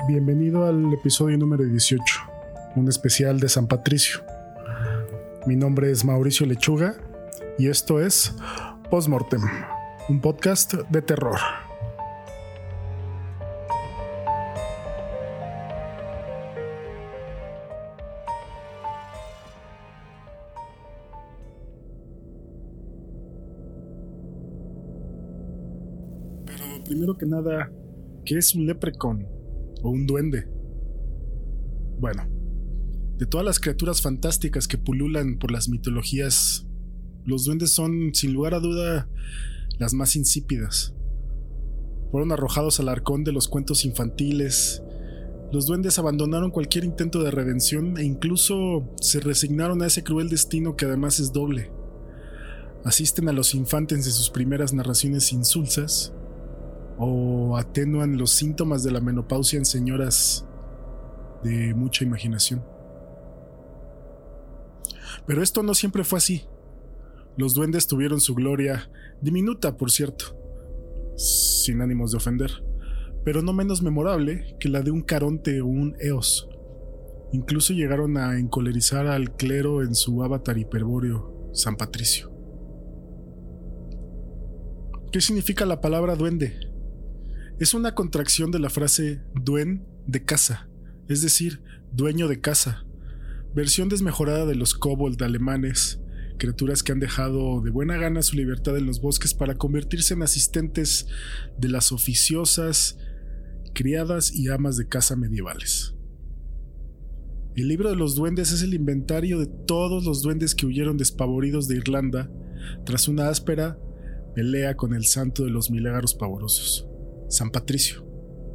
Bienvenido al episodio número 18, un especial de San Patricio. Mi nombre es Mauricio Lechuga y esto es Postmortem, un podcast de terror. Pero primero que nada, ¿qué es un leprechaun o un duende? Bueno, de todas las criaturas fantásticas que pululan por las mitologías, los duendes son, sin lugar a duda, las más insípidas. Fueron arrojados al arcón de los cuentos infantiles. Los duendes abandonaron cualquier intento de redención e incluso se resignaron a ese cruel destino que además es doble. Asisten a los infantes en sus primeras narraciones insulsas o atenúan los síntomas de la menopausia en señoras de mucha imaginación. Pero esto no siempre fue así. Los duendes tuvieron su gloria, diminuta por cierto, sin ánimos de ofender, pero no menos memorable que la de un Caronte o un Eos. Incluso llegaron a encolerizar al clero en su avatar hiperbóreo, San Patricio. ¿Qué significa la palabra duende? Es una contracción de la frase duen de casa, es decir, dueño de casa, versión desmejorada de los kobold alemanes, criaturas que han dejado de buena gana su libertad en los bosques para convertirse en asistentes de las oficiosas, criadas y amas de casa medievales. El libro de los duendes es el inventario de todos los duendes que huyeron despavoridos de Irlanda tras una áspera pelea con el santo de los milagros pavorosos, San Patricio.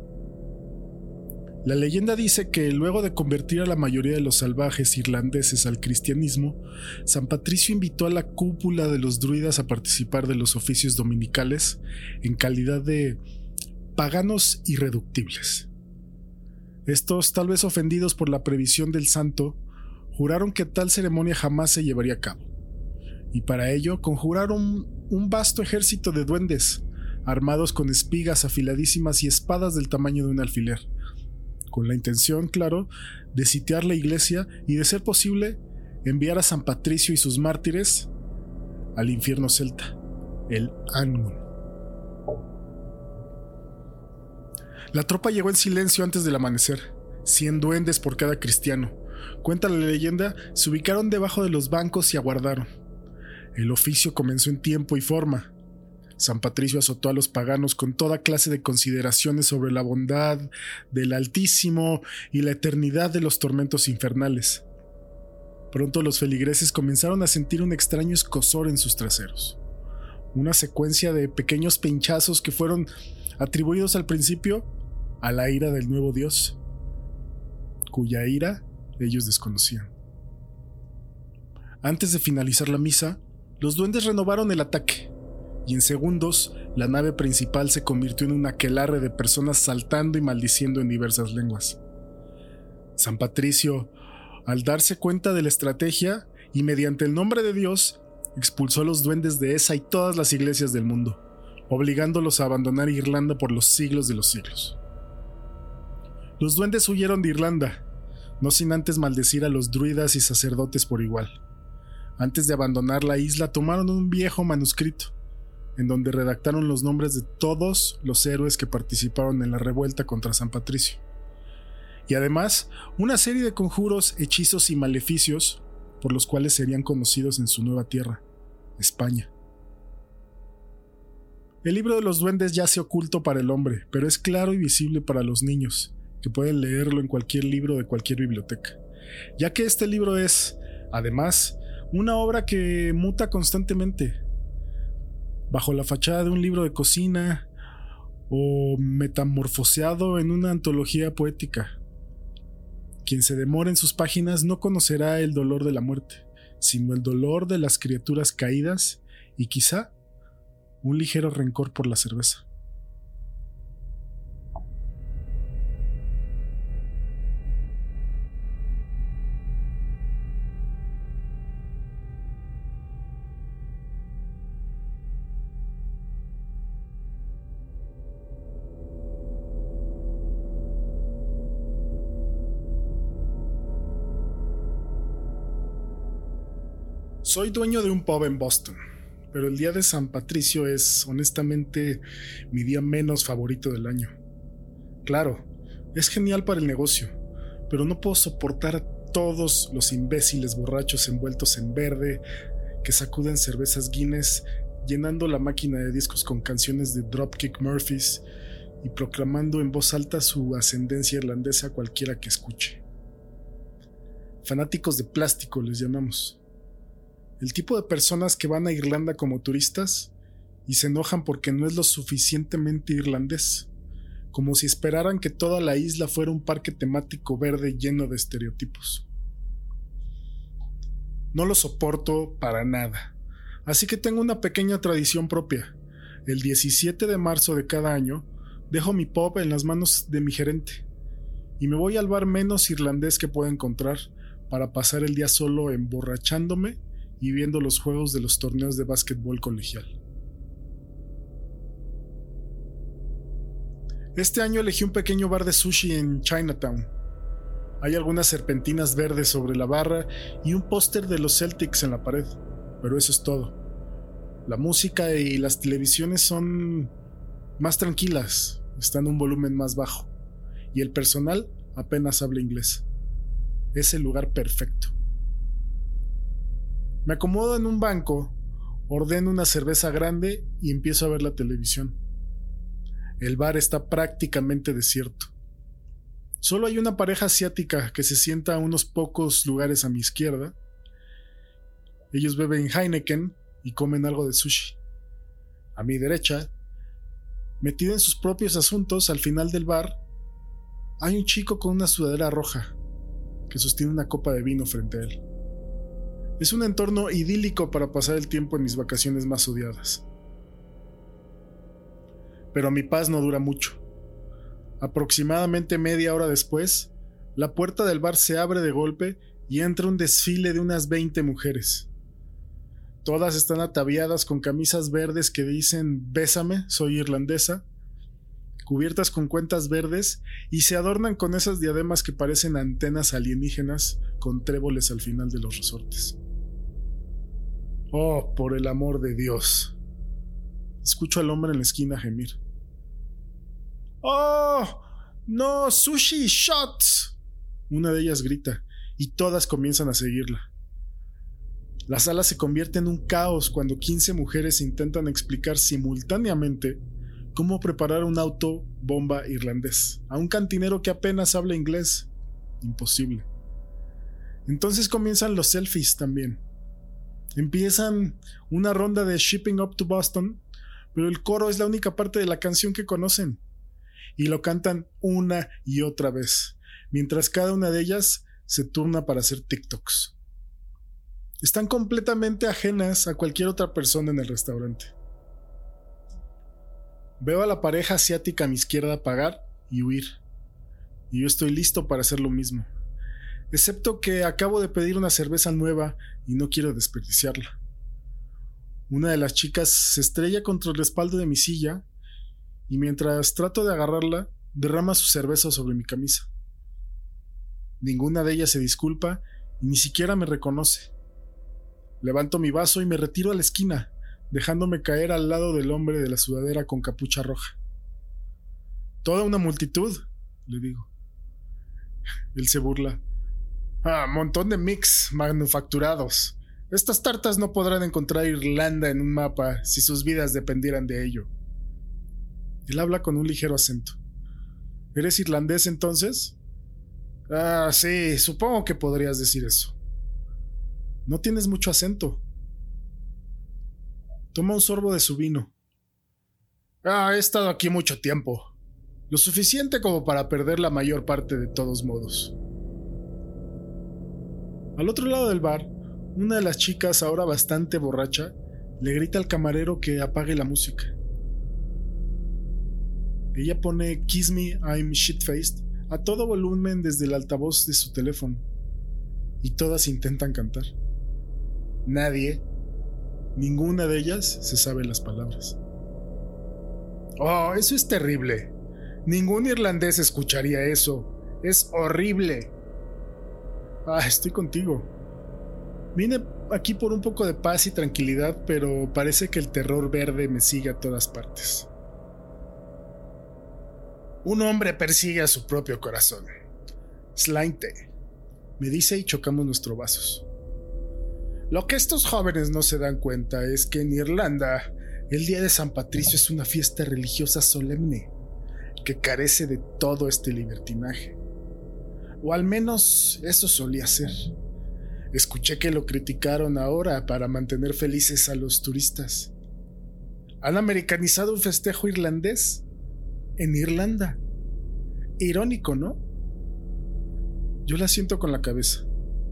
La leyenda dice que luego de convertir a la mayoría de los salvajes irlandeses al cristianismo, San Patricio invitó a la cúpula de los druidas a participar de los oficios dominicales en calidad de paganos irreductibles. Estos, tal vez ofendidos por la previsión del santo, juraron que tal ceremonia jamás se llevaría a cabo, y para ello conjuraron un vasto ejército de duendes, armados con espigas afiladísimas y espadas del tamaño de un alfiler, con la intención, claro, de sitiar la iglesia y, de ser posible, enviar a San Patricio y sus mártires al infierno celta, el Annwn. La tropa llegó en silencio antes del amanecer, 100 duendes por cada cristiano. Cuenta la leyenda, se ubicaron debajo de los bancos y aguardaron. El oficio comenzó en tiempo y forma. San Patricio azotó a los paganos con toda clase de consideraciones sobre la bondad del Altísimo y la eternidad de los tormentos infernales. Pronto los feligreses comenzaron a sentir un extraño escozor en sus traseros. Una secuencia de pequeños pinchazos que fueron atribuidos al principio a la ira del nuevo Dios, cuya ira ellos desconocían. Antes de finalizar la misa, los duendes renovaron el ataque, y en segundos la nave principal se convirtió en un aquelarre de personas saltando y maldiciendo en diversas lenguas. San Patricio, al darse cuenta de la estrategia y mediante el nombre de Dios, expulsó a los duendes de esa y todas las iglesias del mundo, obligándolos a abandonar Irlanda por los siglos de los siglos. Los duendes huyeron de Irlanda, no sin antes maldecir a los druidas y sacerdotes por igual. Antes de abandonar la isla, tomaron un viejo manuscrito, en donde redactaron los nombres de todos los héroes que participaron en la revuelta contra San Patricio. Y además, una serie de conjuros, hechizos y maleficios por los cuales serían conocidos en su nueva tierra, España. El libro de los duendes yace oculto para el hombre, pero es claro y visible para los niños, que pueden leerlo en cualquier libro de cualquier biblioteca, ya que este libro es, además, una obra que muta constantemente, bajo la fachada de un libro de cocina o metamorfoseado en una antología poética. Quien se demore en sus páginas no conocerá el dolor de la muerte, sino el dolor de las criaturas caídas y quizá un ligero rencor por la cerveza. Soy dueño de un pub en Boston, pero el día de San Patricio es, honestamente, mi día menos favorito del año. Claro, es genial para el negocio, pero no puedo soportar a todos los imbéciles borrachos envueltos en verde que sacuden cervezas Guinness, llenando la máquina de discos con canciones de Dropkick Murphys y proclamando en voz alta su ascendencia irlandesa a cualquiera que escuche. Fanáticos de plástico les llamamos. El tipo de personas que van a Irlanda como turistas y se enojan porque no es lo suficientemente irlandés, como si esperaran que toda la isla fuera un parque temático verde lleno de estereotipos. No lo soporto para nada, así que tengo una pequeña tradición propia. El 17 de marzo de cada año dejo mi pub en las manos de mi gerente y me voy al bar menos irlandés que pueda encontrar para pasar el día solo emborrachándome y viendo los juegos de los torneos de básquetbol colegial. Este año elegí un pequeño bar de sushi en Chinatown. Hay algunas serpentinas verdes sobre la barra y un póster de los Celtics en la pared, pero eso es todo. La música y las televisiones son más tranquilas, están a un volumen más bajo, y el personal apenas habla inglés. Es el lugar perfecto. Me acomodo en un banco, ordeno una cerveza grande y empiezo a ver la televisión. El bar está prácticamente desierto. Solo hay una pareja asiática que se sienta a unos pocos lugares a mi izquierda. Ellos beben Heineken y comen algo de sushi. A mi derecha, metido en sus propios asuntos, al final del bar, hay un chico con una sudadera roja que sostiene una copa de vino frente a él. Es un entorno idílico para pasar el tiempo en mis vacaciones más odiadas. Pero mi paz no dura mucho. Aproximadamente media hora después, la puerta del bar se abre de golpe y entra un desfile de unas 20 mujeres. Todas están ataviadas con camisas verdes que dicen «Bésame, soy irlandesa», cubiertas con cuentas verdes y se adornan con esas diademas que parecen antenas alienígenas con tréboles al final de los resortes. Oh, por el amor de Dios. Escucho al hombre en la esquina gemir. ¡Oh! ¡No! ¡Sushi! ¡Shots! Una de ellas grita, y todas comienzan a seguirla. La sala se convierte en un caos cuando 15 mujeres intentan explicar simultáneamente cómo preparar un auto bomba irlandés a un cantinero que apenas habla inglés. Imposible. Entonces comienzan los selfies también. Empiezan una ronda de Shipping Up to Boston, pero el coro es la única parte de la canción que conocen. Y lo cantan una y otra vez, mientras cada una de ellas se turna para hacer TikToks. Están completamente ajenas a cualquier otra persona en el restaurante. Veo a la pareja asiática a mi izquierda pagar y huir, y yo estoy listo para hacer lo mismo, excepto que acabo de pedir una cerveza nueva y no quiero desperdiciarla. Una de las chicas se estrella contra el respaldo de mi silla y mientras trato de agarrarla, derrama su cerveza sobre mi camisa. Ninguna de ellas se disculpa y ni siquiera me reconoce. Levanto mi vaso y me retiro a la esquina, dejándome caer al lado del hombre de la sudadera con capucha roja. «Toda una multitud», le digo. Él se burla. «Montón de mix manufacturados. Estas tartas no podrán encontrar Irlanda en un mapa si sus vidas dependieran de ello». Él habla con un ligero acento. «¿Eres irlandés entonces?» Sí, supongo que podrías decir eso». «No tienes mucho acento». Toma un sorbo de su vino. «He estado aquí mucho tiempo. Lo suficiente como para perder la mayor parte de todos modos». Al otro lado del bar, una de las chicas, ahora bastante borracha, le grita al camarero que apague la música. Ella pone Kiss Me, I'm Shitfaced a todo volumen desde el altavoz de su teléfono, y todas intentan cantar. Ninguna de ellas se sabe las palabras. «Oh, eso es terrible. Ningún irlandés escucharía eso. Es horrible». Estoy contigo. Vine aquí por un poco de paz y tranquilidad, pero parece que el terror verde me sigue a todas partes. Un hombre persigue a su propio corazón. Slainte, me dice y chocamos nuestros vasos. Lo que estos jóvenes no se dan cuenta es que en Irlanda el día de San Patricio es una fiesta religiosa solemne que carece de todo este libertinaje. O al menos eso solía ser. Escuché que lo criticaron ahora para mantener felices a los turistas. ¿Han americanizado un festejo irlandés en Irlanda? Irónico, ¿no? Yo la siento con la cabeza.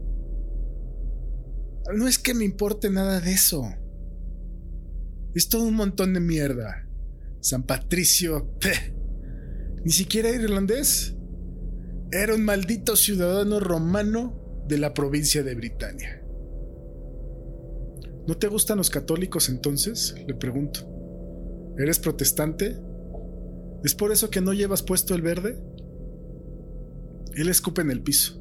No es que me importe nada de eso. Es todo un montón de mierda. San Patricio, ni siquiera era irlandés. Era un maldito ciudadano romano de la provincia de Britania. ¿No te gustan los católicos entonces?, le pregunto. ¿Eres protestante? ¿Es por eso que no llevas puesto el verde? Él escupe en el piso.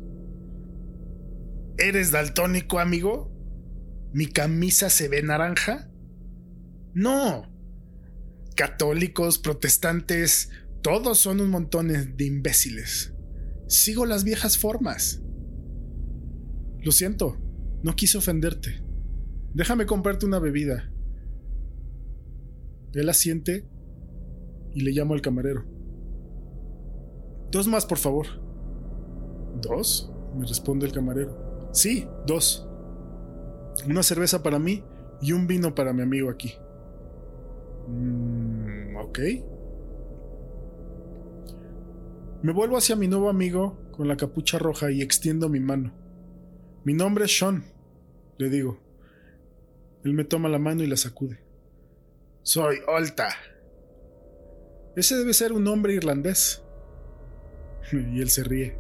¿Eres daltónico, amigo? ¿Mi camisa se ve naranja? No. Católicos, protestantes, todos son un montón de imbéciles. Sigo las viejas formas. Lo siento, no quise ofenderte. Déjame comprarte una bebida. Él asiente y le llamo al camarero. 2 más, por favor. ¿2? Me responde el camarero. Sí, 2. Una cerveza para mí y un vino para mi amigo aquí. Ok. Me vuelvo hacia mi nuevo amigo con la capucha roja y extiendo mi mano. Mi nombre es Sean, le digo. Él me toma la mano y la sacude. Soy Olta. Ese debe ser un nombre irlandés. Y él se ríe.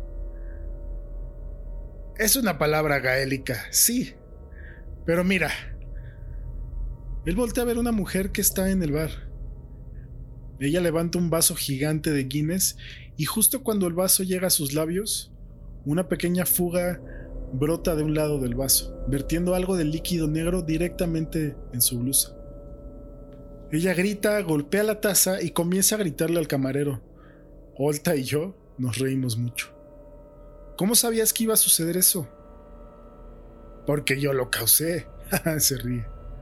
Es una palabra gaélica, sí. Pero mira. Él voltea a ver a una mujer que está en el bar. Ella levanta un vaso gigante de Guinness y justo cuando el vaso llega a sus labios, una pequeña fuga brota de un lado del vaso, vertiendo algo de líquido negro directamente en su blusa. Ella grita, golpea la taza y comienza a gritarle al camarero. Olta y yo nos reímos mucho. ¿Cómo sabías que iba a suceder eso? Porque yo lo causé. Se ríe.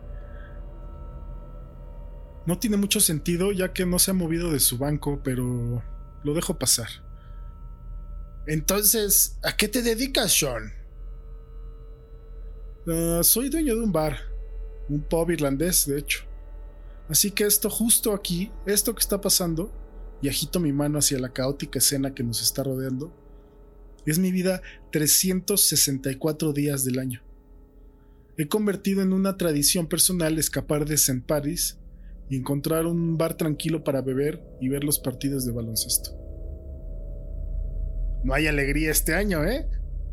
No tiene mucho sentido ya que no se ha movido de su banco, pero lo dejo pasar. Entonces, ¿a qué te dedicas, Sean? Soy dueño de un bar, un pub irlandés, de hecho. Así que esto justo aquí, esto que está pasando, y agito mi mano hacia la caótica escena que nos está rodeando, es mi vida 364 días del año. He convertido en una tradición personal escapar de St. Paris y encontrar un bar tranquilo para beber y ver los partidos de baloncesto. No hay alegría este año, ¿eh?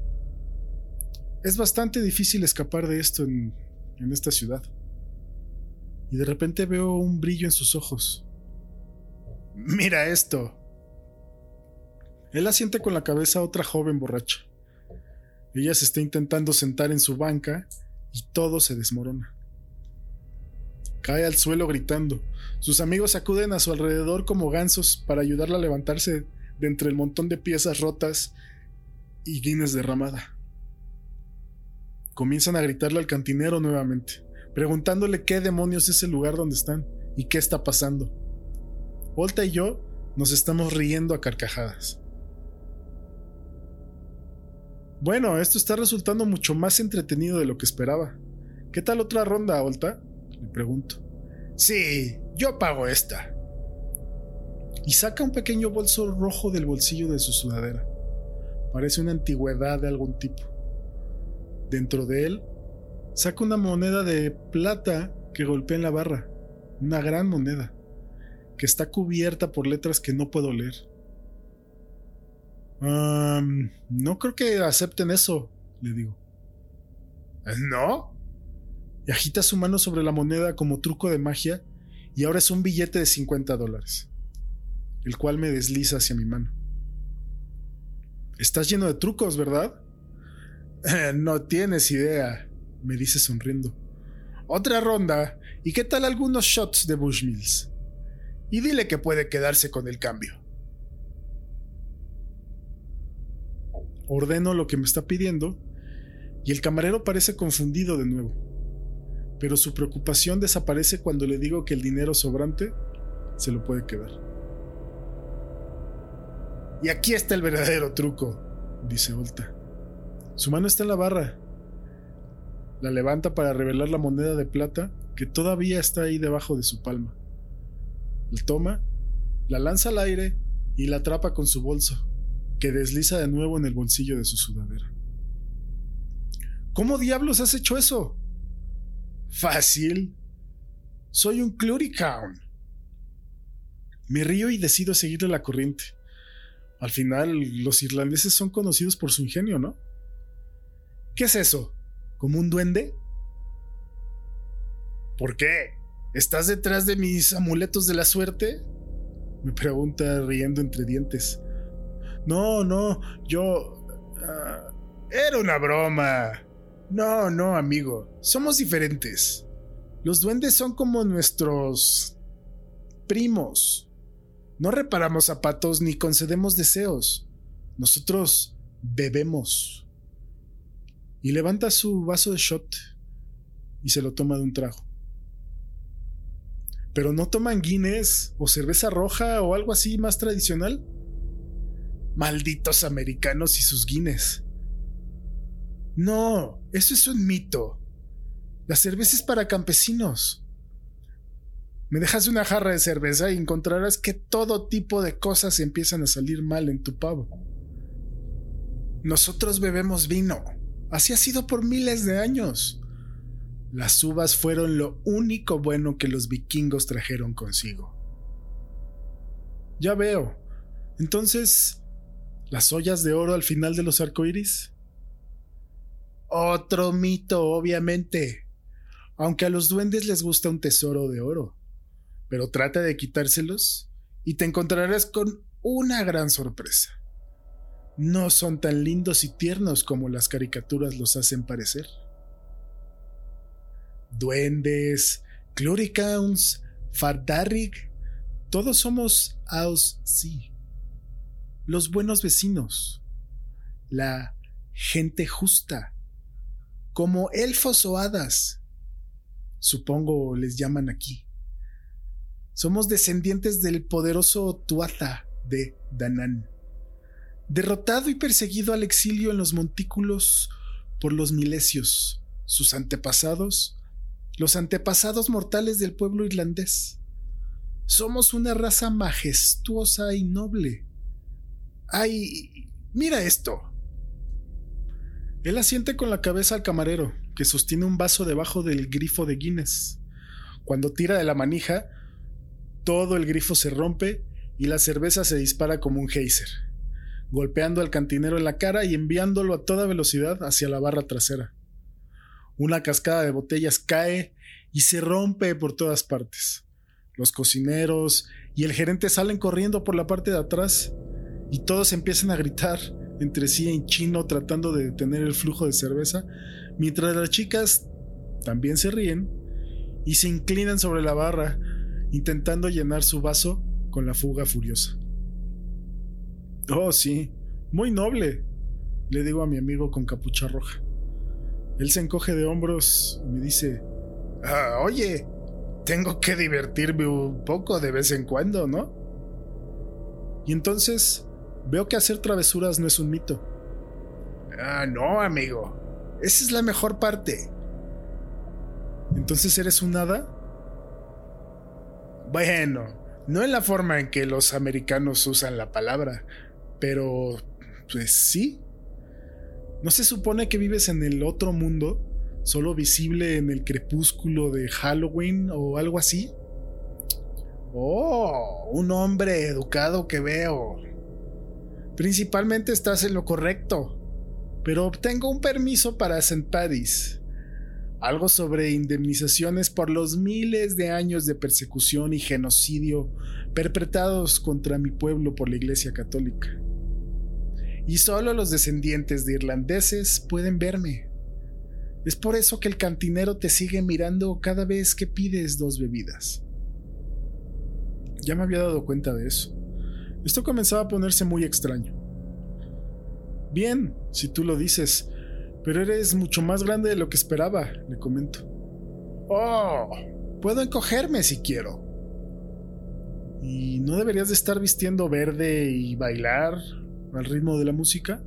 Es bastante difícil escapar de esto en esta ciudad. Y de repente veo un brillo en sus ojos. ¡Mira esto! Él asiente con la cabeza a otra joven borracha. Ella se está intentando sentar en su banca y todo se desmorona. Cae al suelo gritando. Sus amigos acuden a su alrededor como gansos para ayudarla a levantarse de entre el montón de piezas rotas y Guinness derramada. Comienzan a gritarle al cantinero nuevamente, preguntándole qué demonios es el lugar donde están y qué está pasando. Olta y yo nos estamos riendo a carcajadas. Bueno, esto está resultando mucho más entretenido de lo que esperaba. ¿Qué tal otra ronda, Olta?, le pregunto. Sí, yo pago esta. Y saca un pequeño bolso rojo del bolsillo de su sudadera. Parece una antigüedad de algún tipo. Dentro de él, saca una moneda de plata que golpea en la barra. Una gran moneda, que está cubierta por letras que no puedo leer. No creo que acepten eso, le digo. ¿No? Y agita su mano sobre la moneda como truco de magia y ahora es un billete de $50, el cual me desliza hacia mi mano. Estás lleno de trucos, ¿verdad? No tienes idea. me dice sonriendo. Otra ronda, ¿y qué tal algunos shots de Bushmills? Y dile que puede quedarse con el cambio. Ordeno lo que me está pidiendo y el camarero parece confundido de nuevo, pero su preocupación desaparece cuando le digo que el dinero sobrante se lo puede quedar. Y aquí está el verdadero truco, dice Olta. Su mano está en la barra. La levanta para revelar la moneda de plata que todavía está ahí debajo de su palma. La toma, la lanza al aire y la atrapa con su bolso, que desliza de nuevo en el bolsillo de su sudadera. ¿Cómo diablos has hecho eso? Fácil. Soy un cluricaun. Me río y decido seguirle la corriente. Al final, los irlandeses son conocidos por su ingenio, ¿no? ¿Qué es eso? ¿Como un duende? ¿Por qué? ¿Estás detrás de mis amuletos de la suerte? Me pregunta riendo entre dientes. No, yo... era una broma. No, amigo. Somos diferentes. Los duendes son como nuestros primos. No reparamos zapatos ni concedemos deseos. Nosotros bebemos. Y levanta su vaso de shot y se lo toma de un trago. ¿Pero no toman Guinness o cerveza roja o algo así más tradicional? Malditos americanos y sus Guinness. No, eso es un mito. La cerveza es para campesinos. Me dejas una jarra de cerveza y encontrarás que todo tipo de cosas empiezan a salir mal en tu pavo. Nosotros bebemos vino. Así ha sido por miles de años. Las uvas fueron lo único bueno que los vikingos trajeron consigo. Ya veo. Entonces, ¿las ollas de oro al final de los arcoíris? Otro mito, obviamente. Aunque a los duendes les gusta un tesoro de oro. Pero trata de quitárselos y te encontrarás con una gran sorpresa. No son tan lindos y tiernos como las caricaturas los hacen parecer. Duendes, cluricauns, fardarrig, todos somos Aus-sí, los buenos vecinos, la gente justa, como elfos o hadas, supongo les llaman aquí. Somos descendientes del poderoso Tuatha de Danann, derrotado y perseguido al exilio en los montículos por los milesios, sus antepasados, los antepasados mortales del pueblo irlandés. Somos una raza majestuosa y noble. ¡Ay! ¡Mira esto! Él asiente con la cabeza al camarero, que sostiene un vaso debajo del grifo de Guinness. Cuando tira de la manija, todo el grifo se rompe y la cerveza se dispara como un geyser, golpeando al cantinero en la cara y enviándolo a toda velocidad hacia la barra trasera. Una cascada de botellas cae y se rompe por todas partes. Los cocineros y el gerente salen corriendo por la parte de atrás y todos empiezan a gritar entre sí en chino tratando de detener el flujo de cerveza, mientras las chicas también se ríen y se inclinan sobre la barra intentando llenar su vaso con la fuga furiosa. Oh, sí, muy noble, le digo a mi amigo con capucha roja. Él se encoge de hombros y me dice: oye, tengo que divertirme un poco de vez en cuando, ¿no? Y entonces veo que hacer travesuras no es un mito. No, amigo, esa es la mejor parte. ¿Entonces eres un hada? Bueno, no en la forma en que los americanos usan la palabra, pero pues sí. ¿No se supone que vives en el otro mundo, solo visible en el crepúsculo de Halloween o algo así? Oh, un hombre educado que veo. Principalmente estás en lo correcto, pero obtengo un permiso para St. Paddy's. Algo sobre indemnizaciones por los miles de años de persecución y genocidio perpetrados contra mi pueblo por la Iglesia Católica. Y solo los descendientes de irlandeses pueden verme. Es por eso que el cantinero te sigue mirando cada vez que pides 2 bebidas. Ya me había dado cuenta de eso. Esto comenzaba a ponerse muy extraño. Bien, si tú lo dices, pero eres mucho más grande de lo que esperaba, le comento. Oh, puedo encogerme si quiero. ¿Y no deberías de estar vistiendo verde y bailar al ritmo de la música?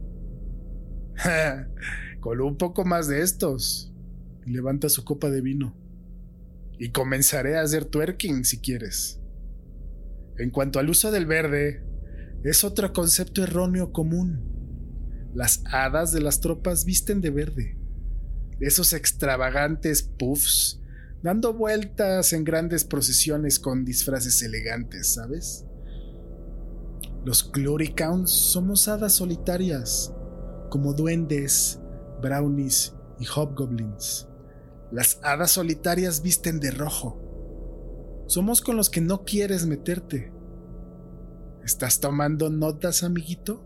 Con un poco más de estos. Y levanta su copa de vino. Y comenzaré a hacer twerking si quieres. En cuanto al uso del verde, es otro concepto erróneo común. Las hadas de las tropas visten de verde. Esos extravagantes puffs, dando vueltas en grandes procesiones con disfraces elegantes, ¿sabes? Los Glory Counts somos hadas solitarias, como duendes, brownies y hobgoblins. Las hadas solitarias visten de rojo. Somos con los que no quieres meterte. ¿Estás tomando notas, amiguito?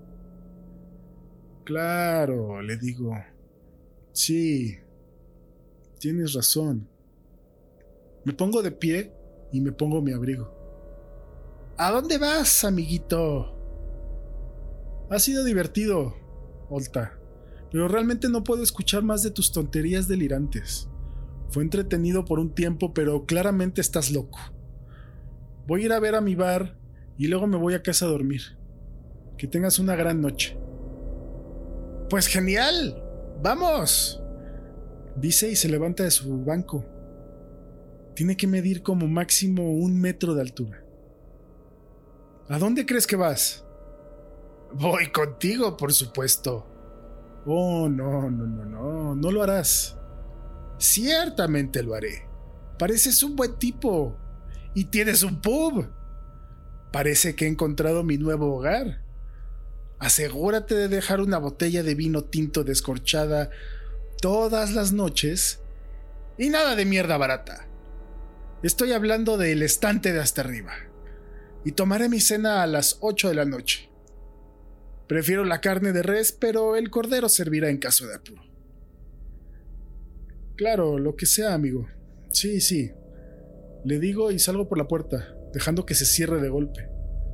Claro, le digo. Sí, tienes razón. Me pongo de pie y me pongo mi abrigo. ¿A dónde vas, amiguito? Ha sido divertido, Olta, pero realmente no puedo escuchar más de tus tonterías delirantes. Fue entretenido por un tiempo, pero claramente estás loco. Voy a ir a ver a mi bar y luego me voy a casa a dormir. Que tengas una gran noche. Pues genial, ¡vamos!, dice y se levanta de su banco. Tiene que medir como máximo 1 metro de altura. ¿A dónde crees que vas? Voy contigo, por supuesto. Oh, no lo harás. Ciertamente lo haré. Pareces un buen tipo. Y tienes un pub. Parece que he encontrado mi nuevo hogar. Asegúrate de dejar una botella de vino tinto descorchada todas las noches. Y nada de mierda barata. Estoy hablando del estante de hasta arriba. Y tomaré mi cena a las 8 de la noche. Prefiero la carne de res, pero el cordero servirá en caso de apuro. Claro, lo que sea, amigo. Sí. Le digo y salgo por la puerta, dejando que se cierre de golpe.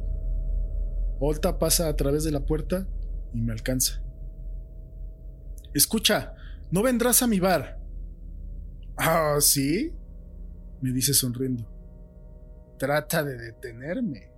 Olta pasa a través de la puerta y me alcanza. Escucha, no vendrás a mi bar. ¿Ah, sí?, me dice sonriendo. Trata de detenerme.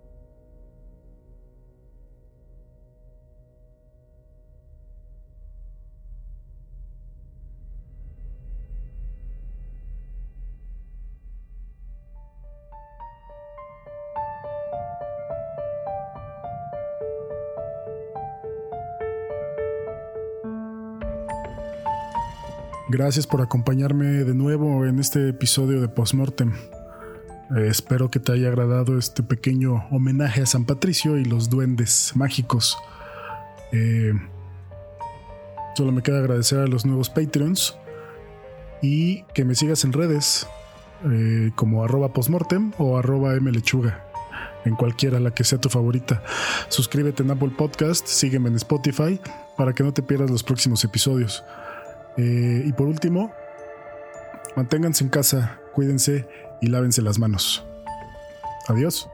Gracias por acompañarme de nuevo en este episodio de Postmortem. Espero que te haya agradado este pequeño homenaje a San Patricio y los duendes mágicos. Solo me queda agradecer a los nuevos Patreons y que me sigas en redes como @postmortem o @mlechuga, en cualquiera, la que sea tu favorita. Suscríbete en Apple Podcast, sígueme en Spotify para que no te pierdas los próximos episodios. Y por último, manténganse en casa, cuídense y lávense las manos. Adiós.